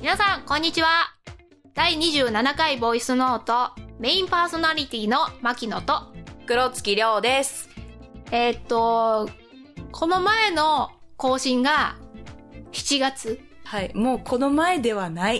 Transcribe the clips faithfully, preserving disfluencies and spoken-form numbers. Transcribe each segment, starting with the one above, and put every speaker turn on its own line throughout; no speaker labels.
皆さんこんにちは。だいにじゅうななかいボイスノートメインパーソナリティの牧野と
黒月亮です。
えー、っとこの前の更新がしちがつ。
はい、もうこの前ではない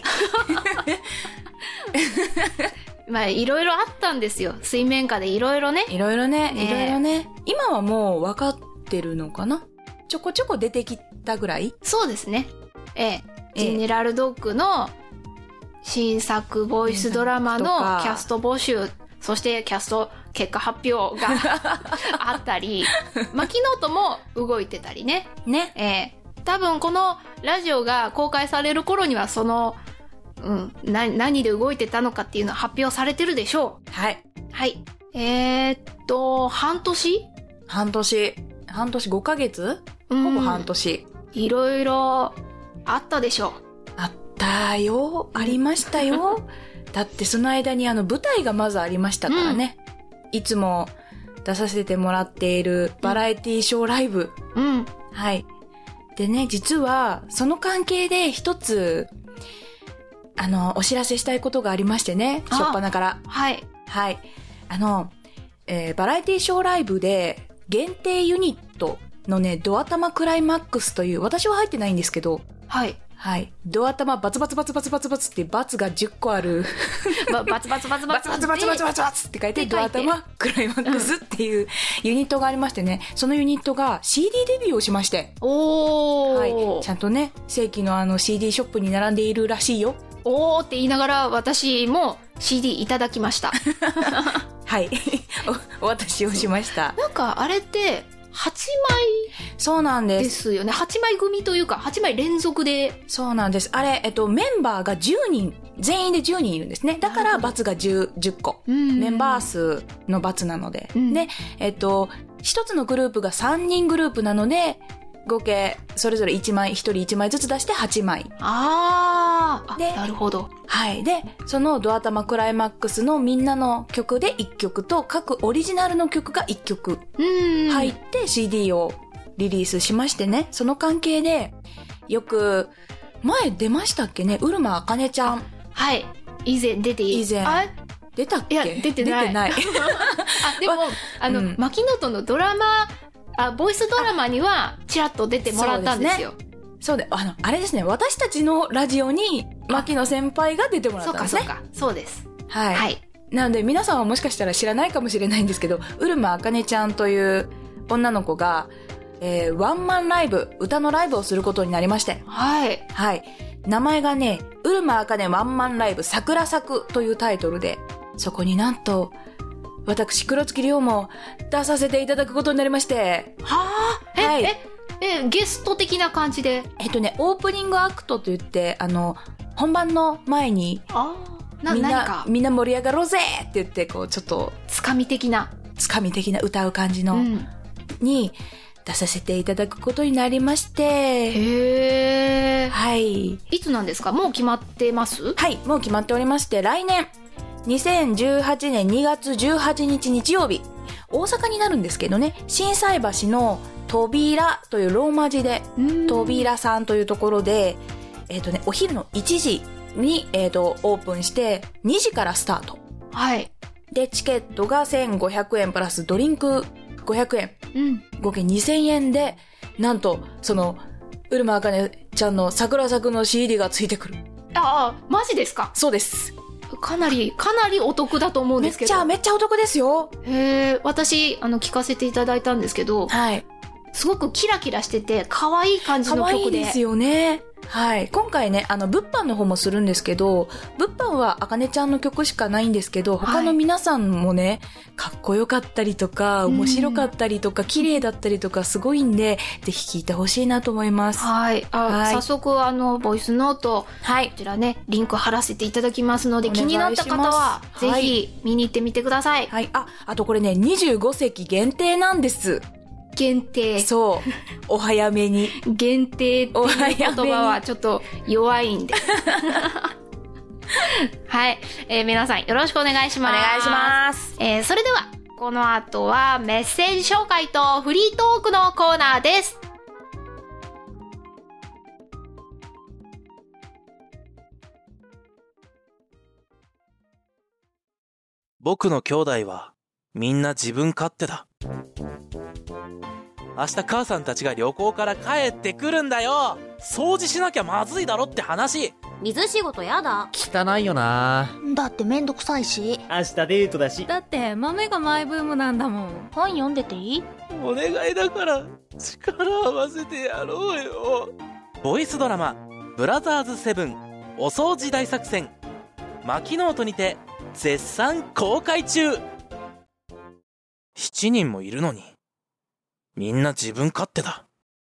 まあいろいろあったんですよ。水面下でいろいろね
いろいろねいろいろね。今はもう分かってるのかな。ちょこちょこ出てきたぐらい。
そうですね。ええジェネラルドッグの新作ボイスドラマのキャスト募集、そしてキャスト結果発表があったり、マキノートも動いてたりね。
ね。
えー、多分このラジオが公開される頃にはその、うん、な、何で動いてたのかっていうのは発表されてるでしょう。
はい。
はい。えー、っと、半年
半年。半年ごかげつほぼ半年。
いろいろあったでしょう。
あったよ。ありましたよ。だってその間にあの舞台がまずありましたからね。うん、いつも出させてもらっているバラエティショーライブ。
うん。
はい。でね、実はその関係で一つ、あの、お知らせしたいことがありましてね。しょっぱなから。
はい。
はい。あの、えー、バラエティショーライブで限定ユニットのね、ドア玉クライマックスという、私は入ってないんですけど、
はい。
はい。ドア玉バツバツバツバツバツバツってバツがじゅっこある。
バツバツバツバツ
バツバツバツバツバツバツって書いて、ドア玉クライマックスっていうユニットがありましてね、そのユニットが シーディー デビューをしまして。
おー。
はい。ちゃんとね、正規のあの シーディー ショップに並んでいるらしいよ。
おーって言いながら私も シーディー いただきました。
はい。お、お渡しをしました。
なんかあれって、はちまい
そうなんです。
ですよね。はちまい組というか、はちまい連続で。
そうなんです。あれ、えっと、メンバーがじゅうにん、全員でじゅうにんいるんですね。だから、バツがじゅう、じゅっこ。メンバー数のバツなので。で、えっと、一つのグループがさんにんグループなので、合計、それぞれいちまい、ひとりいちまいずつ出してはちまい。
あー。
で、
なるほど。
はい。で、そのドア玉クライマックスのみんなの曲でいっきょくと、各オリジナルの曲がいっきょく入って シーディー をリリースしましてね。その関係で、よく、前出ましたっけね、うるまあかねちゃん。
はい。以前出ていい
以前。
あ
出たっけ？
いや、出てない。出てない。あ、でも、あの、うん、マキノトのドラマ、あ、ボイスドラマには、ちらっと出てもらったんですよ。
そうで、あの、あれですね、私たちのラジオに、牧野先輩が出てもらったんですね。
そうか、そうか。そうです。
はい。
はい。
なので、皆さんはもしかしたら知らないかもしれないんですけど、うるまあかねちゃんという女の子が、えー、ワンマンライブ、歌のライブをすることになりまして。
はい。
はい。名前がね、うるまあかねワンマンライブ桜咲くというタイトルで、そこになんと、私、黒月亮も出させていただくことになりまして。
はぁ、あ、はい。え、え、え、ゲスト的な感じで。
えっとね、オープニングアクトと言って、あの、本番の前に、
あな
みんな、
何か
みんな盛り上がろうぜって言って、こう、ちょっと、
つかみ的な。
つかみ的な歌う感じの、うん、に、出させていただくことになりまして。
へー。
はい。
いつなんですか？もう決まってます？
はい、もう決まっておりまして、来年、にせんじゅうはちねんにがつじゅうはちにち日曜日、大阪になるんですけどね、心斎橋の扉というローマ字で、扉さんというところで、えっとね、お昼のいちじに、えっと、オープンして、にじからスタート。
はい。
で、チケットがせんごひゃくえんプラスドリンクごひゃくえん。うん。合計にせんえんで、なんと、その、うるまあかねちゃんの桜咲くの シーディー がついてくる。
ああ、マジですか？
そうです。
かなり、かなりお得だと思うんですけど。
めっちゃ、めっちゃお得ですよ。
へえ、私、あの、聞かせていただいたんですけど、
はい。
すごくキラキラしてて、可愛い感じの曲で。
可愛いですよね。はい。今回ね、あの、物販の方もするんですけど、物販はあかねちゃんの曲しかないんですけど、他の皆さんもね、かっこよかったりとか、面白かったりとか、綺麗だったりとか、すごいんで、ぜひ聴いてほしいなと思います。
はい。あ、はい、早速、あの、ボイスノート、
はい。
こちらね、リンク貼らせていただきますので、気になった方は、ぜひ見に行ってみてください。
はい。あ、あとこれね、にじゅうごせき限定なんです。
限定。
そう。お早めに。
限定っていう言葉はちょっと弱いんで。はい、えー。皆さんよろしくお願いします。
お願いします。
えー、それでは、この後はメッセージ紹介とフリートークのコーナーです。
僕の兄弟はみんな自分勝手だ。明日母さんたちが旅行から帰ってくるんだよ。掃除しなきゃまずいだろって話。
水仕事やだ。
汚いよな。
だってめんどくさいし。
明日デートだし。
だって豆がマイブームなんだもん。
本読んでていい？
お願いだから力を合わせてやろうよ。ボイスドラマブラザーズセブンお掃除大作戦、マキノートにて絶賛公開中。七人もいるのにみんな自分勝手だ。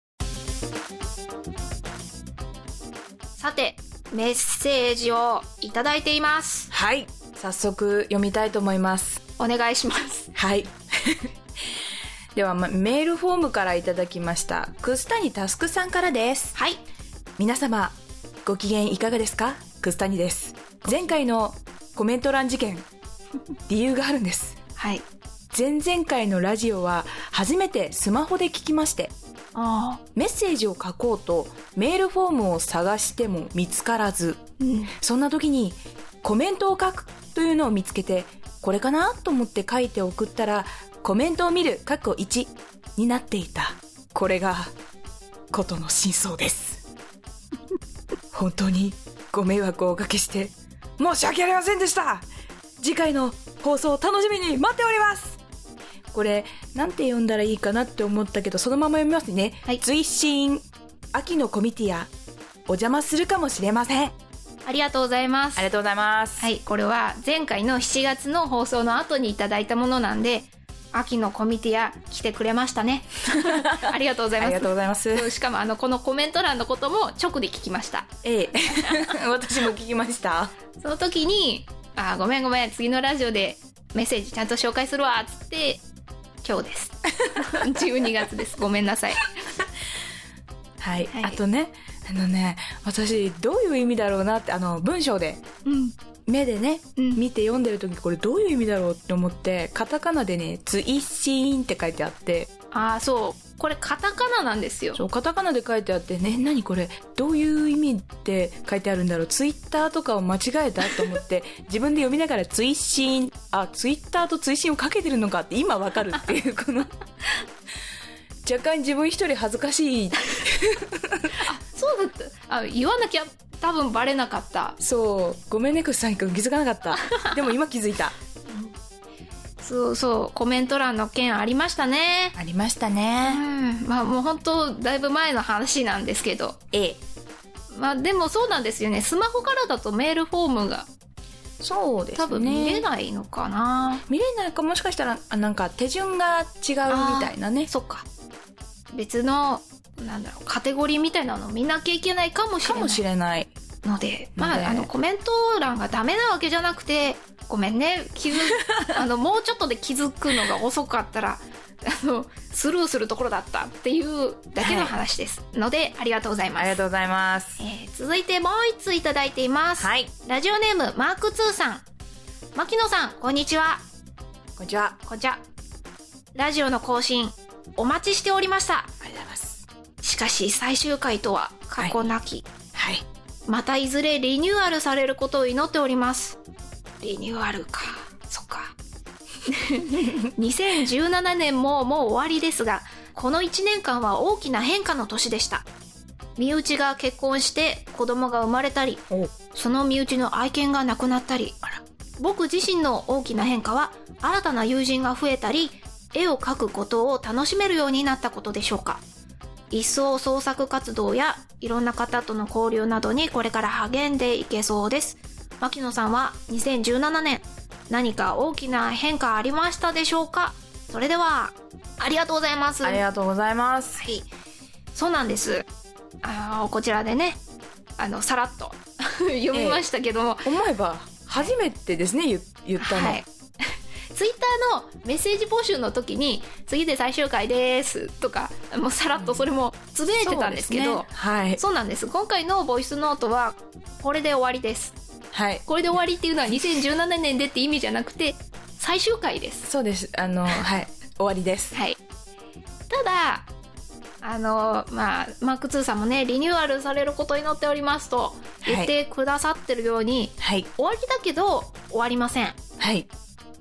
さて、メッセージをいただいています。
はい。早速読みたいと思います。
お願いします。
はい。では、ま、メールフォームからいただきました。楠谷タスクさんからです。
はい。
皆様、ご機嫌いかがですか？楠谷です。前回のコメント欄事件、理由があるんです。
はい。
前々回のラジオは初めてスマホで聞きまして、
あ
メッセージを書こうとメールフォームを探しても見つからず、
うん、
そんな時にコメントを書くというのを見つけて、これかなと思って書いて送ったら、コメントを見る括弧いちになっていた。これがことの真相です。本当にご迷惑をおかけして申し訳ありませんでした。次回の放送を楽しみに待っております。これなんて読んだらいいかなって思ったけど、そのまま読みますね。
はい。
追伸秋のコミティアお邪魔するかもしれません。
ありがとうございます。
ありがとうございます。
はい、これは前回のしちがつの放送の後にいただいたものなんで、秋のコミティア来てくれましたね。ありがとうございます。
ありがとうございます。
しかもあのこのコメント欄のことも直で聞きました。
ええ私も聞きました。
その時に、あ、ごめんごめん、次のラジオでメッセージちゃんと紹介するわっつって、今日です。じゅうにがつです。ごめんなさい。
はい、
はい、
あとね、あのね、私どういう意味だろうなって、あの文章で、
うん、
目でね、
うん、
見て読んでる時、これどういう意味だろうって思って、カタカナでね、ツイッシーンって書いてあって、
ああ、そうこれカタカナなんですよ。
そう、カタカナで書いてあってね、何これどういう意味って書いてあるんだろう、ツイッターとかを間違えたと思って自分で読みながらツイッシーン、あ、ツイッターとツイッシーンをかけてるのかって今わかるっていうこの若干自分一人恥ずかしいあ、
そうだった。あ、言わなきゃ多分バレなかった。
そう、ごめんね、くっさんくん、気づかなかったでも今気づいた
そうそう、コメント欄の件ありましたね。
ありましたね。
うん、まあもう本当だいぶ前の話なんですけど、
ええ、
まあでもそうなんですよね。スマホからだとメールフォームが
そうですね、
多分見れないのかな。
見れないか、もしかしたらなんか手順が違うみたいなね。
そっか、別のなんだろう、カテゴリーみたいなのを見なきゃいけないかもしれない
かもしれない
ので、ま
ので
ああのコメント欄がダメなわけじゃなくて、ごめんね、気づあのもうちょっとで気づくのが遅かったらあのスルーするところだったっていうだけの話です、はい、のでありがとうございます。
ありがとうございます、
えー、続いてもう一ついただいています、
はい、
ラジオネームマークツーさん。牧野さん、こんにちは。
こんにちは。
こんにちは。ラジオの更新お待ちしておりました。
ありがとうございます。
しかし最終回とは過去なき、
はい、はい、
またいずれリニューアルされることを祈っております。リニューアルか、そっかにせんじゅうななねんももう終わりですが、このいちねんかんは大きな変化の年でした。身内が結婚して子供が生まれたり、その身内の愛犬が亡くなったり、あら、僕自身の大きな変化は新たな友人が増えたり、絵を描くことを楽しめるようになったことでしょうか。一層創作活動やいろんな方との交流などにこれから励んでいけそうです。牧野さんはにせんじゅうななねん何か大きな変化ありましたでしょうか。それではありがとうございます。
ありがとうございます。
はい、そうなんです。あのこちらでね、あのさらっと読みましたけども、
ええ、思えば初めてですね、言, 言ったの、はい、
ツイッターのメッセージ募集の時に次で最終回ですとかもうさらっとそれもつぶやいてたんですけど、うん、そうですね、はい、そうなんです。今回のボイスノートはこれで終わりです。はい、これで終わりっていうのはにせんじゅうななねんでって意味じゃなくて最終回です。
そうです、あのはい終わりです。
はい、ただあのまあマークツーさんもね、リニューアルされることになっておりますと言ってくださってるように、はい、終わりだけど終わりません。
はい、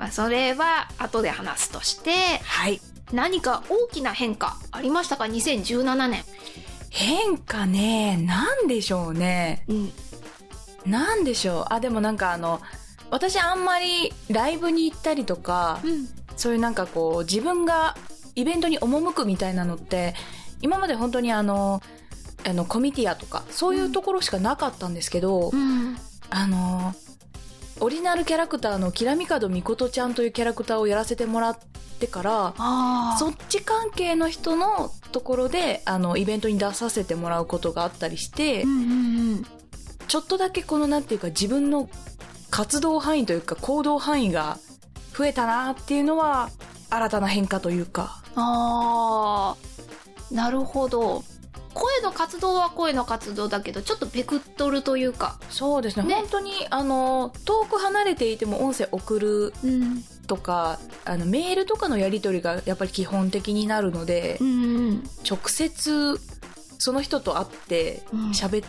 まあ、それは後で話すとして、
はい。
何か大きな変化ありましたか？にせんじゅうななねん。
変化ね、なんでしょうね。
うん。
なんでしょう。あ、でもなんかあの、私あんまりライブに行ったりとか、
うん、
そういうなんかこう、自分がイベントに赴くみたいなのって、今まで本当にあの、あの、コミティアとか、そういうところしかなかったんですけど、
うん、
あの、オリジナルキャラクターのきらみかどみことちゃんというキャラクターをやらせてもらってから、
あ
そっち関係の人のところで、あの、イベントに出させてもらうことがあったりして、
うんうんうん、
ちょっとだけこのなんていうか自分の活動範囲というか行動範囲が増えたなっていうのは新たな変化というか。
あー、なるほど。声の活動は声の活動だけどちょっとベクトルというか。
そうですね、ね、本当にあの遠く離れていても音声送るとか、うん、あのメールとかのやり取りがやっぱり基本的になるので、
うんうん、
直接その人と会って喋って、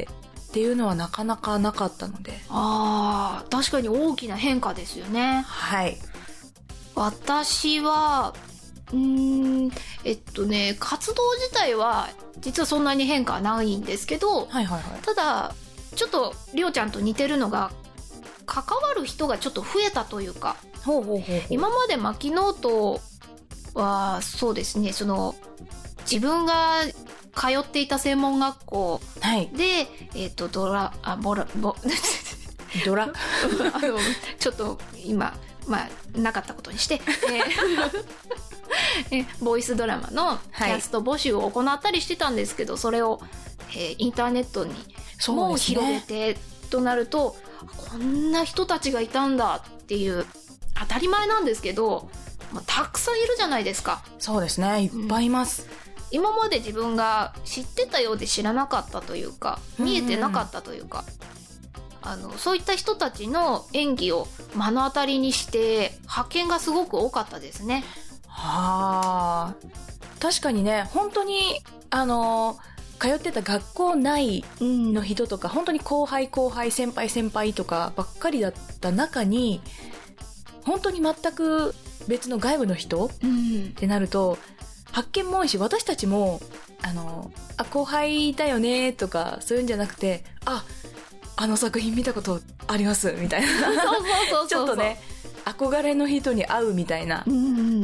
うん、っていうのはなかなかなかったので。
あー、確かに大きな変化ですよね。
はい。
私はうーんえっとね活動自体は実はそんなに変化はないんですけど、
はいはいはい、
ただちょっとりょうちゃんと似てるのが関わる人がちょっと増えたというか。
ほうほうほうほう。
今までマキノートはそうですね、その自分が通っていた専門学校で、はい、えっとドラあボラボ
ドラ
あのちょっと今まあなかったことにして、えー、えボイスドラマのキャスト募集を行ったりしてたんですけど、はい、それを、えー、インターネットにもう広げて、ね、となるとこんな人たちがいたんだっていう当たり前なんですけど、まあ、たくさんいるじゃないですか。
そうですね、いっぱいいます、
うん、今まで自分が知ってたようで知らなかったというか見えてなかったというか、うん、あのそういった人たちの演技を目の当たりにして発見がすごく多かったですね。
はあ、確かにね、本当にあの通ってた学校内の人とか、うん、本当に後輩後輩先輩先輩とかばっかりだった中に、本当に全く別の外部の人、うん、ってなると発見も多いし、私たちもあのあ後輩だよねとかそういうんじゃなくて、ああの作品見たことありますみたいなちょっとね憧れの人に会うみたいな、うんうんうん、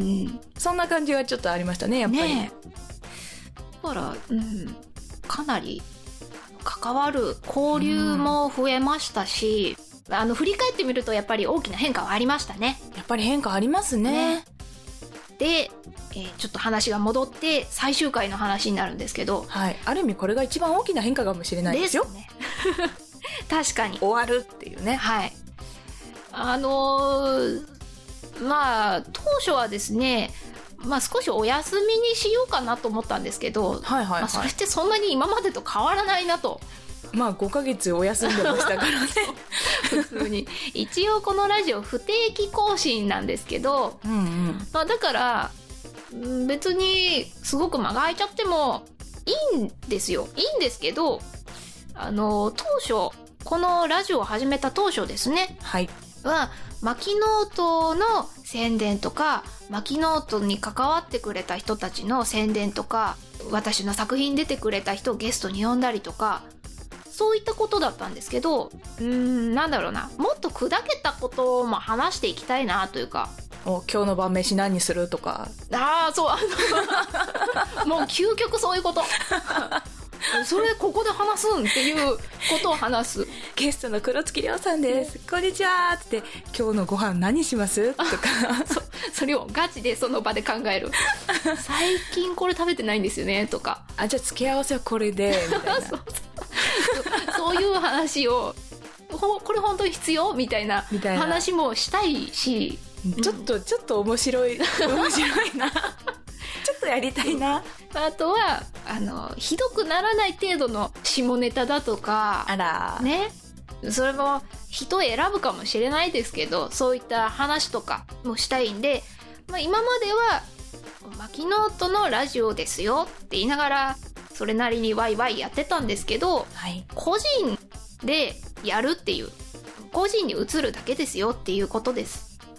そんな感じがちょっとありましたね、やっぱり。ね、
だから、うん、かなり関わる交流も増えましたし、うん、あの振り返ってみるとやっぱり大きな変化はありましたね。
やっぱり変化ありますね。
ねで、えー、ちょっと話が戻って最終回の話になるんですけど、
はい、ある意味これが一番大きな変化かもしれないですよ。ですね
確かに
終わるっていうね。
はい、あのー、まあ当初はですね、まあ、少しお休みにしようかなと思ったんですけど、はいはいはい、まあ、それってそんなに今までと変わらないなと。
まあごかげつお休んでましたからね
普通に一応このラジオ不定期更新なんですけど、うんうん、まあ、だから別にすごく間が空いちゃってもいいんですよ。いいんですけど、あの当初このラジオを始めた当初ですね、
はい、
はマキノートの宣伝とかマキノートに関わってくれた人たちの宣伝とか、私の作品に出てくれた人をゲストに呼んだりとか、そういったことだったんですけど、うーんなんだろうな、もっと砕けたことも話していきたいなというか、
お今日の晩飯何にするとか、
ああそうあのもう究極そういうことそれここで話すんっていうことを話す。
ゲストの黒月亮さんです、こんにちはって、今日のご飯何しますとか
そ, それをガチでその場で考える最近これ食べてないんですよねとか、
あじゃあ付け合わせはこれでみたいなそう
そういう話をこれ本当に必要みたいな話もしたいし、
ちょっと、うん、ちょっと面白い面白いなちょっとやりたいな。
あとはあのひどくならない程度の下ネタだとか、
あら
ね、それも人選ぶかもしれないですけど、そういった話とかもしたいんで、まあ、今まではマキノートのラジオですよって言いながらそれなりにワイワイやってたんですけど、はい、個人でやるっていう、個人に移るだけですよっていうことです。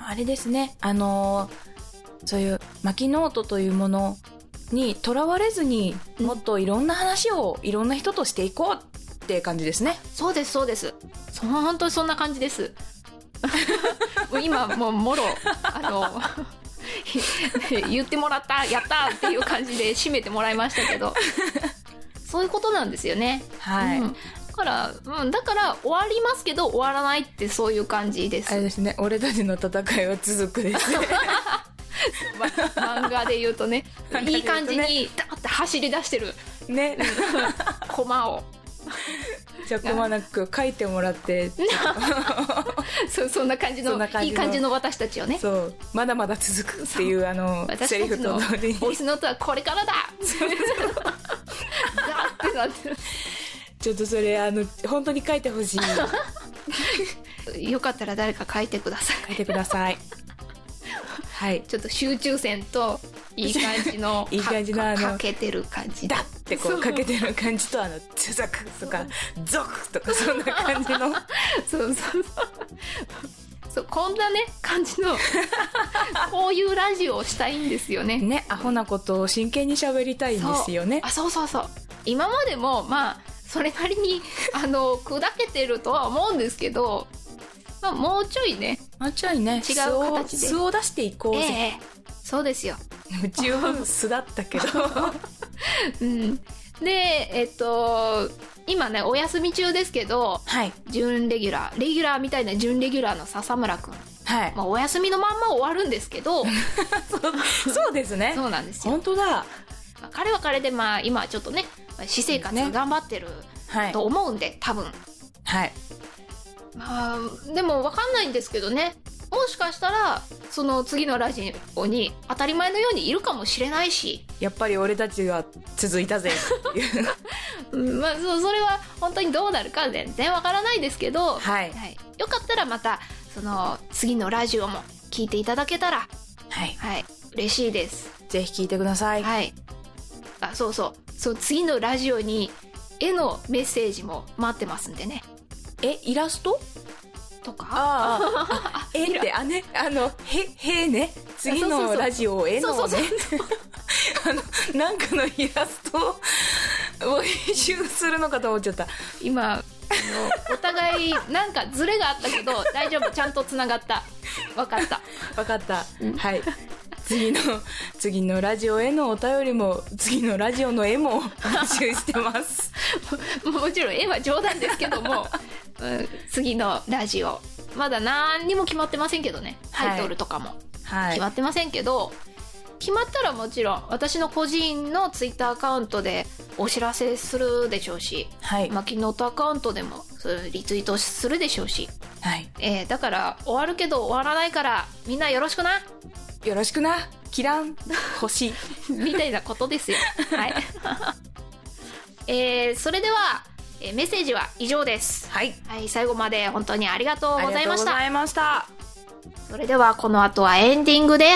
あれですね、あのー、そういうマキノートというものにとらわれずに、もっといろんな話をいろんな人としていこうって感じですね。
そうですそうです。そ本当にそんな感じです。もう今もうもろあの言ってもらったやったっていう感じで締めてもらいましたけど、そういうことなんですよね。
はい。
うん、だから、うん、だから終わりますけど終わらないってそういう感じです。
あれですね、俺たちの戦いは続くですね。
ま、漫画で言うとね、いい感じにダーって走り出してる
ね、
コマを
じゃあコマなく書いてもらって
そ, そんな感じのいい感じの私たちをね、
そうまだまだ続くっていうあのセリフと同時に
ボイスノートはこれからだだってなってる。
ちょっとそれあの本当に書いてほしい。
よかったら誰か書いてください。
書いてください。はい、
ちょっと集中線といい感じの
いい感じのあの
かけてる感じ
だってこうかけてる感じとあの続くとか続とかそんな感じの
そうそうそうそう、こんなね感じのこういうラジオをしたいんですよね。
ね、アホなことを真剣に喋りたいんですよね。
あ、そうそうそう。今までもまあそれなりにあの砕けてるとは思うんですけど、まあ、もうちょいね、
もうちょいね、
違う形で
素を出していこうぜ。
ええ、そうですよ。
十分素だったけど、
うん、でえっと今ねお休み中ですけど、
はい、
準レギュラーレギュラーみたいな準レギュラーの笹村くん、
はい、
まあ、お休みのまんま終わるんですけど
そうそうですね、
そうなんですよ。
本当だ。
まあ、彼は彼でまあ今ちょっとね私生活頑張ってると思うんで、多分
はい、
まあでも分かんないんですけどね、もしかしたらその次のラジオに当たり前のようにいるかもしれないし、
やっぱり俺たちが続いたぜっていう
うん、まあ、そ, それは本当にどうなるか全然分からないですけど、
はい
はい、よかったらまたその次のラジオも聞いていただけたら、
はい、
はい、嬉しいです。
ぜひ聞いてください。
はい、あ、そうそうそう、次のラジオに絵のメッセージも待ってますんでね。
え、イラスト
とか、
ああ、えってあね、あのへへね、次のラジオへのね、あのなんかのイラストを編集するのかと思っちゃった。
今あのお互いなんかズレがあったけど大丈夫、ちゃんとつながった。分かった
分かった、はい。次の次のラジオへのお便りも次のラジオの絵も募集してます
も, もちろん絵は冗談ですけども、うん、次のラジオまだ何にも決まってませんけどね、タイトルとかも決まってませんけど、はい、決まったらもちろん私の個人のツイッターアカウントでお知らせするでしょうし、はい、マキノートアカウントでもそれリツイートするでしょうし、はい、えー、だから終わるけど終わらないからみんなよろしくな
よろしくな、キラン星
みたいなことですよ。はい、えー、それでは、えー、メッセージは以上です。はい、はい、最後まで本当にありがとうございました。
ありがとうございました。
それではこの後はエンディングです。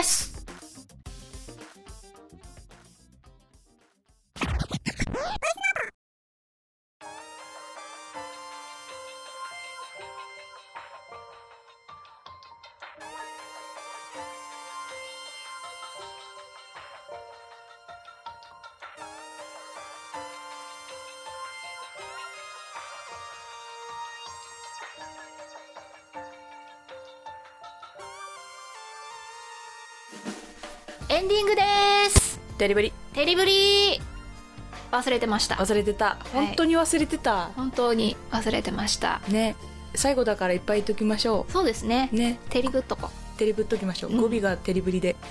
エンディングです。
テリブリ
テリブリ忘れてました。
忘れてた、本当に忘れてた、はい、
本当に忘れてました
ね。最後だからいっぱい言っときましょう。
そうですね。
ね、
テリブっとこ
テリブっときましょう、うん、語尾がテリブリで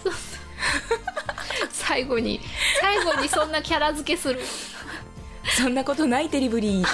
最後に最後にそんなキャラ付けする
そんなことないテリブリ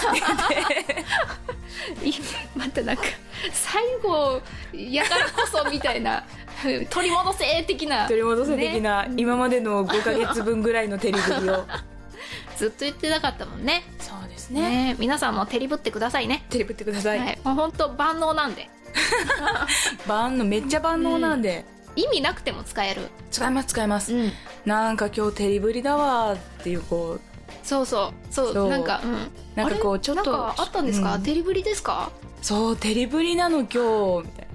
またなんか最後やからこそみたいな取り戻せ的な
取り戻せ的な、ね、今までのごかげつぶんぐらいのテリブリを
ずっと言ってなかったもんね。
そうですね。
ね、皆さんもテリブってくださいね。
テリブってください、
はい、もう本当万能なんで
万能、めっちゃ万能なんで、
うん、意味なくても使える。
使えます使えます、うん、なんか今日テリブリだわっていうこう
そうそうそう、そうなんか、うん、
なんかこうちょっと
なんかあったんですか、うん、テリブリですか。
そうテリブリなの今日みたいな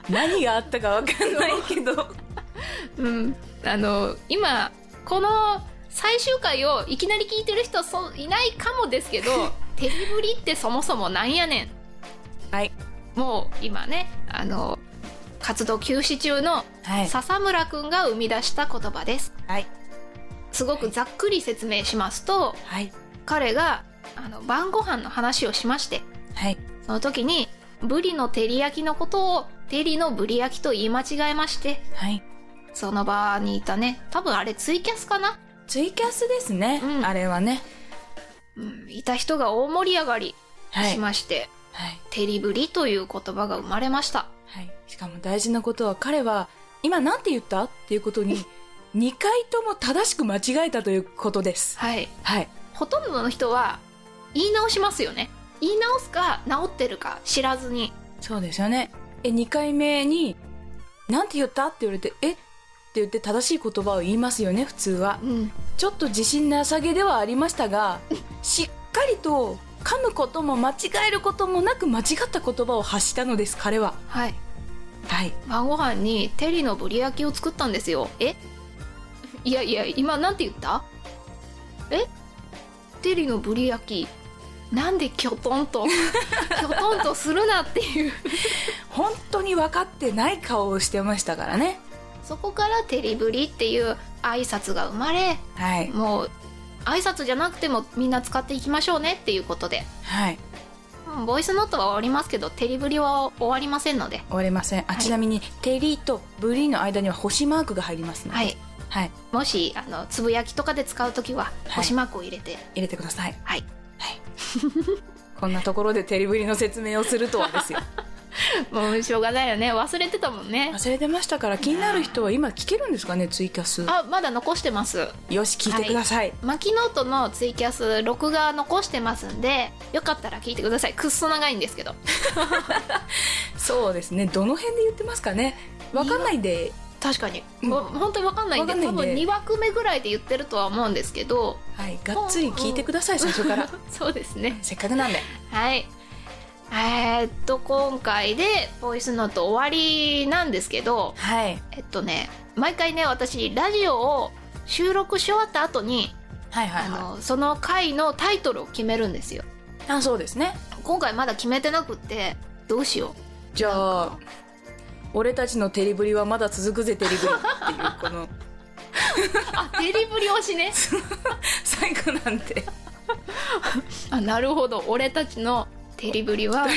何があったか分かんないけど
うんあの今この最終回をいきなり聞いてる人そいないかもですけどテリブリってそもそもなんやねん。
はい
もう今ねあの活動休止中の笹村くんが生み出した言葉です。
はい、
すごくざっくり説明しますと、はい、彼があの晩ご飯の話をしまして、はい、その時にブリの照り焼きのことをテリのブリ焼きと言い間違えまして、はい、その場にいたね多分あれツイキャスかな
ツイキャスですね、うん、あれはね、
うん、いた人が大盛り上がりしまして、はいはい、テリブリという言葉が生まれました。
はい、しかも大事なことは彼は今なんて言ったっていうことににかいとも正しく間違えたということです。
はい、はい、ほとんどの人は言い直しますよね。言い直すか直ってるか知らずに。
そうですよね。えにかいめになんて言ったって言われてえって言って正しい言葉を言いますよね普通は、うん、ちょっと自信なさげではありましたがしっかりと噛むことも間違えることもなく間違った言葉を発したのです彼は。
はい、
はい、
晩ご飯にテリのブリ焼きを作ったんですよ。えいやいや今なんて言った？えテリのブリ焼きなんでキョトンとキョトンとするなっていう
本当に分かってない顔をしてましたからね。
そこからテリブリっていう挨拶が生まれ、はい、もう挨拶じゃなくてもみんな使っていきましょうねっていうことで、はい、ボイスノートは終わりますけどテリブリは終わりませんので。
終わりません。あ、はい、ちなみにテリとブリの間には星マークが入りますので、はい
はい、もしあのつぶやきとかで使うときは星マークを入れて、はい、
入れてください。
はい、
はい、こんなところでテリブリの説明をするとはですよ
もうしょうがないよね。忘れてたもんね。
忘れてましたから。気になる人は今聞けるんですかねツイキャス。
あ、まだ残してます。
よし聞いてください。
マキノートのツイキャス録画残してますんでよかったら聞いてください。くっそ長いんですけど
そうですね。どの辺で言ってますかね。わかんないんで。
確かに、うん、本当にわかんないんで多分にわくめぐらいで言ってるとは思うんですけど、
はい、がっつり聞いてください最初から
そうですね。
せっかくなんで。
はいえー、っと今回でボイスノート終わりなんですけど、はい、えっとね毎回ね私ラジオを収録し終わった後に、はいはいはい、あのその回のタイトルを決めるんですよ。
あ、そうですね。
今回まだ決めてなくってどうしよう。
じゃあ俺たちのテリブリはまだ続くぜテリブリっていうこの
あ、テリブリ推しね
最後なんて
あ、なるほど。俺たちのテリブリは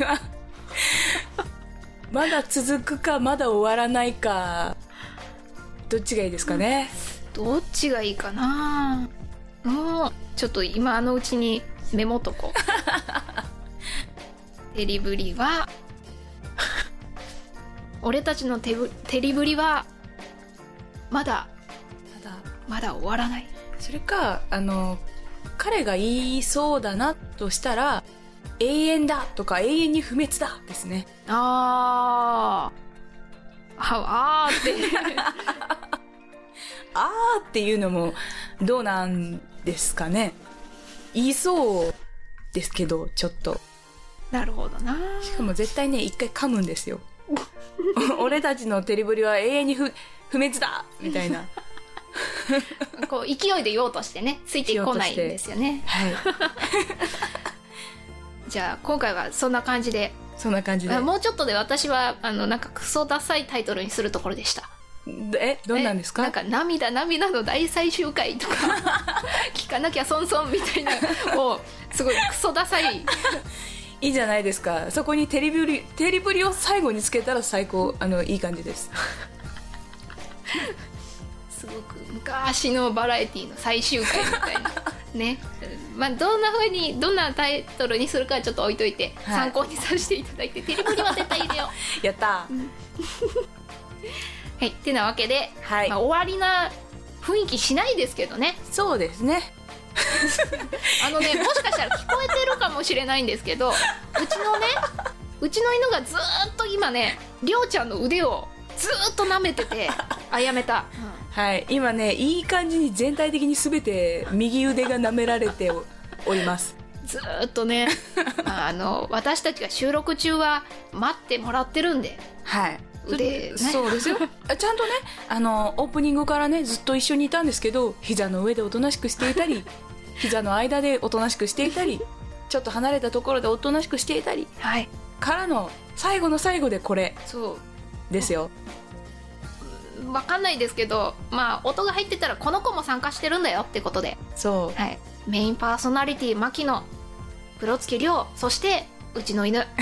まだ続くかまだ終わらないかどっちがいいですかね、
うん、どっちがいいかな。もうちょっと今のうちにメモとこうテリブリは俺たちのテブテリブリはまだまだまだ終わらない。
それかあの彼が言いそうだなとしたら永遠だとか永遠に不滅だですね。
あーあーって
あーっていうのもどうなんですかね。言いそうですけどちょっと。
なるほどな。
しかも絶対ね一回噛むんですよ俺たちのテリブリは永遠に 不, 不滅だみたいな
こう勢いで言おうとしてねついてこないんですよね。はいじゃあ今回はそんな感じで
そんな感じで
もうちょっとで私はあのなんかクソダサいタイトルにするところでした。
えどんなんですか。
なんか涙涙の大最終回とか聞かなきゃ損損みたいなもうすごいクソダサい
いいじゃないですか。そこにテリブリテリブリを最後につけたら最高。あのいい感じです
すごく昔のバラエティの最終回みたいなねまあどんな風にどんなタイトルにするかはちょっと置いといて、はい、参考にさせていただいてテリブリは絶対入れよ
うやった
はいってなわけで、はいまあ、終わりな雰囲気しないですけどね。
そうですね
あのねもしかしたら聞こえてるかもしれないんですけどうちのねうちの犬がずーっと今ねりょうちゃんの腕をずーっと舐めててあやめた、
うん、はい今ねいい感じに全体的に全て右腕が舐められて お, おります
ずーっとねあの私たちが収録中は待ってもらってるんで
はい
腕、ね、
そうですよちゃんとねあのオープニングからねずっと一緒にいたんですけど、膝の上でおとなしくしていたり膝の間でおとなしくしていたりちょっと離れたところでおとなしくしていたり、
はい、
からの最後の最後でこれ
そう
ですよ。
わかんないですけど、まあ音が入ってたらこの子も参加してるんだよってことで、
そう、
はい、メインパーソナリティ牧野、黒月亮、そしてうちの犬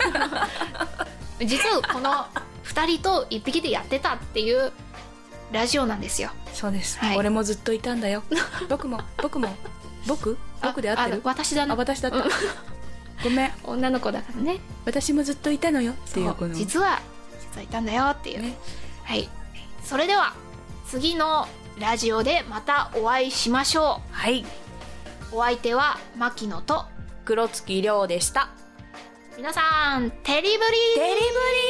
実はこのふたりといっぴきでやってたっていうラジオなんですよ。
そうです、
はい、
俺もずっといたんだよ僕も僕も僕僕で合ってる？
私だね。
あ、私だったごめん、
女の子だからね。
私もずっといたのよっていうこの
実は実はいたんだよっていう、ね、はい。それでは次のラジオでまたお会いしましょう。
はい、
お相手は牧野と
黒月亮でした。
皆さんテリブリ
テリブリ